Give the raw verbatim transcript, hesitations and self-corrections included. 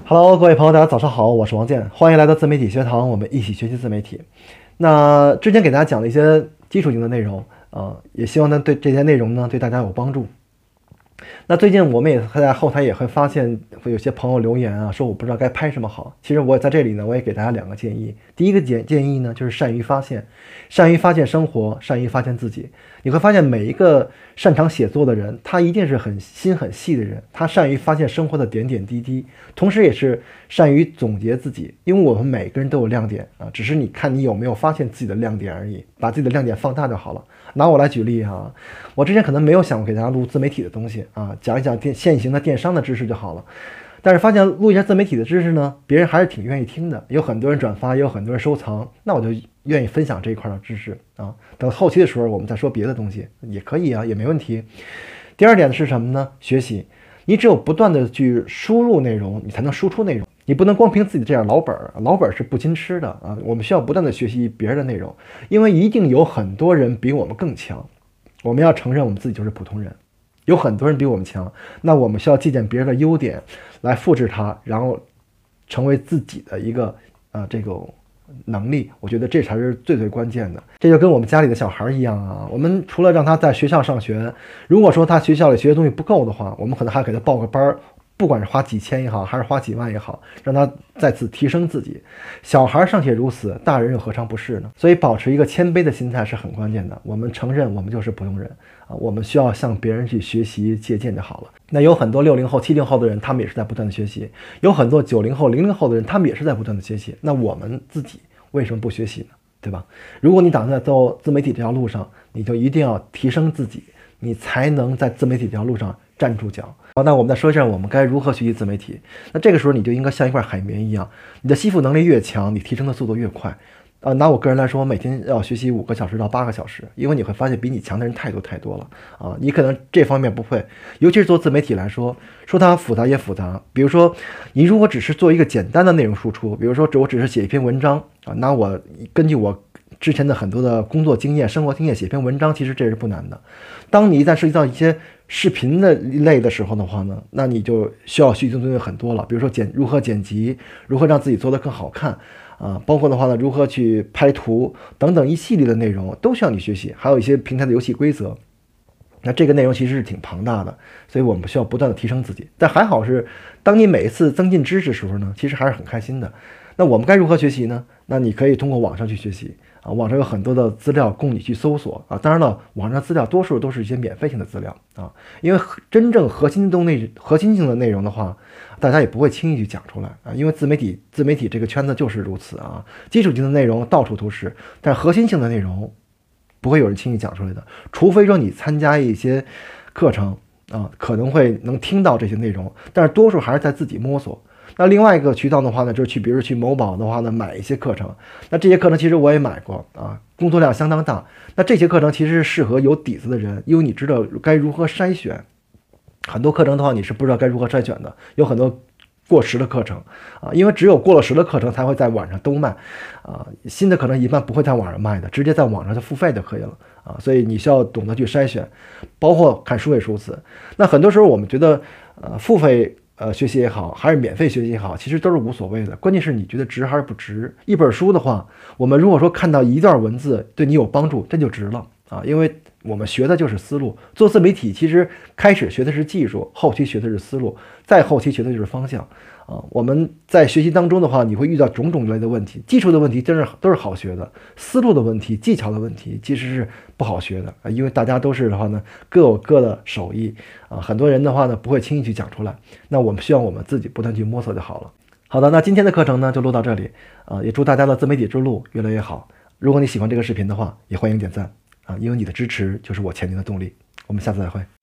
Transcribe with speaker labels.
Speaker 1: Hello，各位朋友，大家早上好，我是王健，欢迎来到自媒体学堂，我们一起学习自媒体。那之前给大家讲了一些基础性的内容啊、呃，也希望呢对这些内容呢对大家有帮助。那最近我们也在后台也会发现会有些朋友留言啊，说我不知道该拍什么好。其实我在这里呢，我也给大家两个建议。第一个建建议呢，就是善于发现，善于发现生活，善于发现自己。你会发现每一个擅长写作的人，他一定是很心很细的人，他善于发现生活的点点滴滴，同时也是善于总结自己。因为我们每个人都有亮点啊，只是你看你有没有发现自己的亮点而已，把自己的亮点放大就好了。拿我来举例啊，我之前可能没有想过给大家录自媒体的东西啊，讲一讲电现行的电商的知识就好了。但是发现录一下自媒体的知识呢，别人还是挺愿意听的，有很多人转发，也有很多人收藏，那我就愿意分享这一块的知识啊。等后期的时候我们再说别的东西也可以啊，也没问题。第二点是什么呢？学习。你只有不断的去输入内容，你才能输出内容。你不能光凭自己这样老本儿，老本是不经吃的啊！我们需要不断的学习别人的内容，因为一定有很多人比我们更强。我们要承认我们自己就是普通人，有很多人比我们强，那我们需要借鉴别人的优点来复制它，然后成为自己的一个啊、呃、这种能力。我觉得这才是最最关键的。这就跟我们家里的小孩一样啊，我们除了让他在学校上学，如果说他学校里学的东西不够的话，我们可能还给他报个班儿。不管是花几千也好，还是花几万也好，让他再次提升自己。小孩尚且如此，大人又何尝不是呢？所以保持一个谦卑的心态是很关键的。我们承认我们就是普通人啊，我们需要向别人去学习借鉴就好了。那有很多六零后、七零后的人，他们也是在不断的学习；有很多九零后、零零后的人，他们也是在不断的学习。那我们自己为什么不学习呢？对吧？如果你打算在走自媒体这条路上，你就一定要提升自己，你才能在自媒体这条路上站住脚。好，那我们再说一下我们该如何学习自媒体。那这个时候你就应该像一块海绵一样，你的吸附能力越强，你提升的速度越快。啊，拿我个人来说，我每天要学习五个小时到八个小时，因为你会发现比你强的人太多太多了啊！你可能这方面不会，尤其是做自媒体来说，说它复杂也复杂。比如说，你如果只是做一个简单的内容输出，比如说我只是写一篇文章啊，那我根据我之前的很多的工作经验、生活经验写篇文章，其实这是不难的。当你一旦涉及到一些视频的类的时候的话呢，那你就需要学习的东西很多了。比如说剪如何剪辑，如何让自己做得更好看啊，包括的话呢，如何去拍图等等一系列的内容都需要你学习。还有一些平台的游戏规则，那这个内容其实是挺庞大的，所以我们需要不断的提升自己。但还好是，当你每一次增进知识的时候呢，其实还是很开心的。那我们该如何学习呢？那你可以通过网上去学习啊，网上有很多的资料供你去搜索啊。当然了，网上资料多数都是一些免费性的资料啊，因为真正核心的内核心性的内容的话，大家也不会轻易去讲出来啊。因为自媒体自媒体这个圈子就是如此啊，基础性的内容到处都是，但核心性的内容不会有人轻易讲出来的，除非说你参加一些课程啊，可能会能听到这些内容，但是多数还是在自己摸索。那另外一个渠道的话呢，就是去，比如去某宝的话呢，买一些课程。那这些课程其实我也买过啊，工作量相当大。那这些课程其实是适合有底子的人，因为你知道该如何筛选。很多课程的话，你是不知道该如何筛选的，有很多过时的课程啊，因为只有过了时的课程才会在网上都卖啊，新的课程一般不会在网上卖的，直接在网上就付费就可以了啊，所以你需要懂得去筛选，包括看书也是如此。那很多时候我们觉得，呃，付费。呃，学习也好，还是免费学习也好，其实都是无所谓的。关键是你觉得值还是不值？一本书的话，我们如果说看到一段文字对你有帮助，这就值了啊！因为我们学的就是思路。做自媒体其实开始学的是技术，后期学的是思路，再后期学的就是方向啊。我们在学习当中的话，你会遇到种种类的问题，技术的问题真是都是好学的，思路的问题、技巧的问题其实是不好学的啊，因为大家都是的话呢，各有各的手艺啊，很多人的话呢不会轻易去讲出来。那我们需要我们自己不断去摸索就好了。好的，那今天的课程呢就录到这里啊，也祝大家的自媒体之路越来越好。如果你喜欢这个视频的话，也欢迎点赞啊，因为你的支持就是我前进的动力。我们下次再会。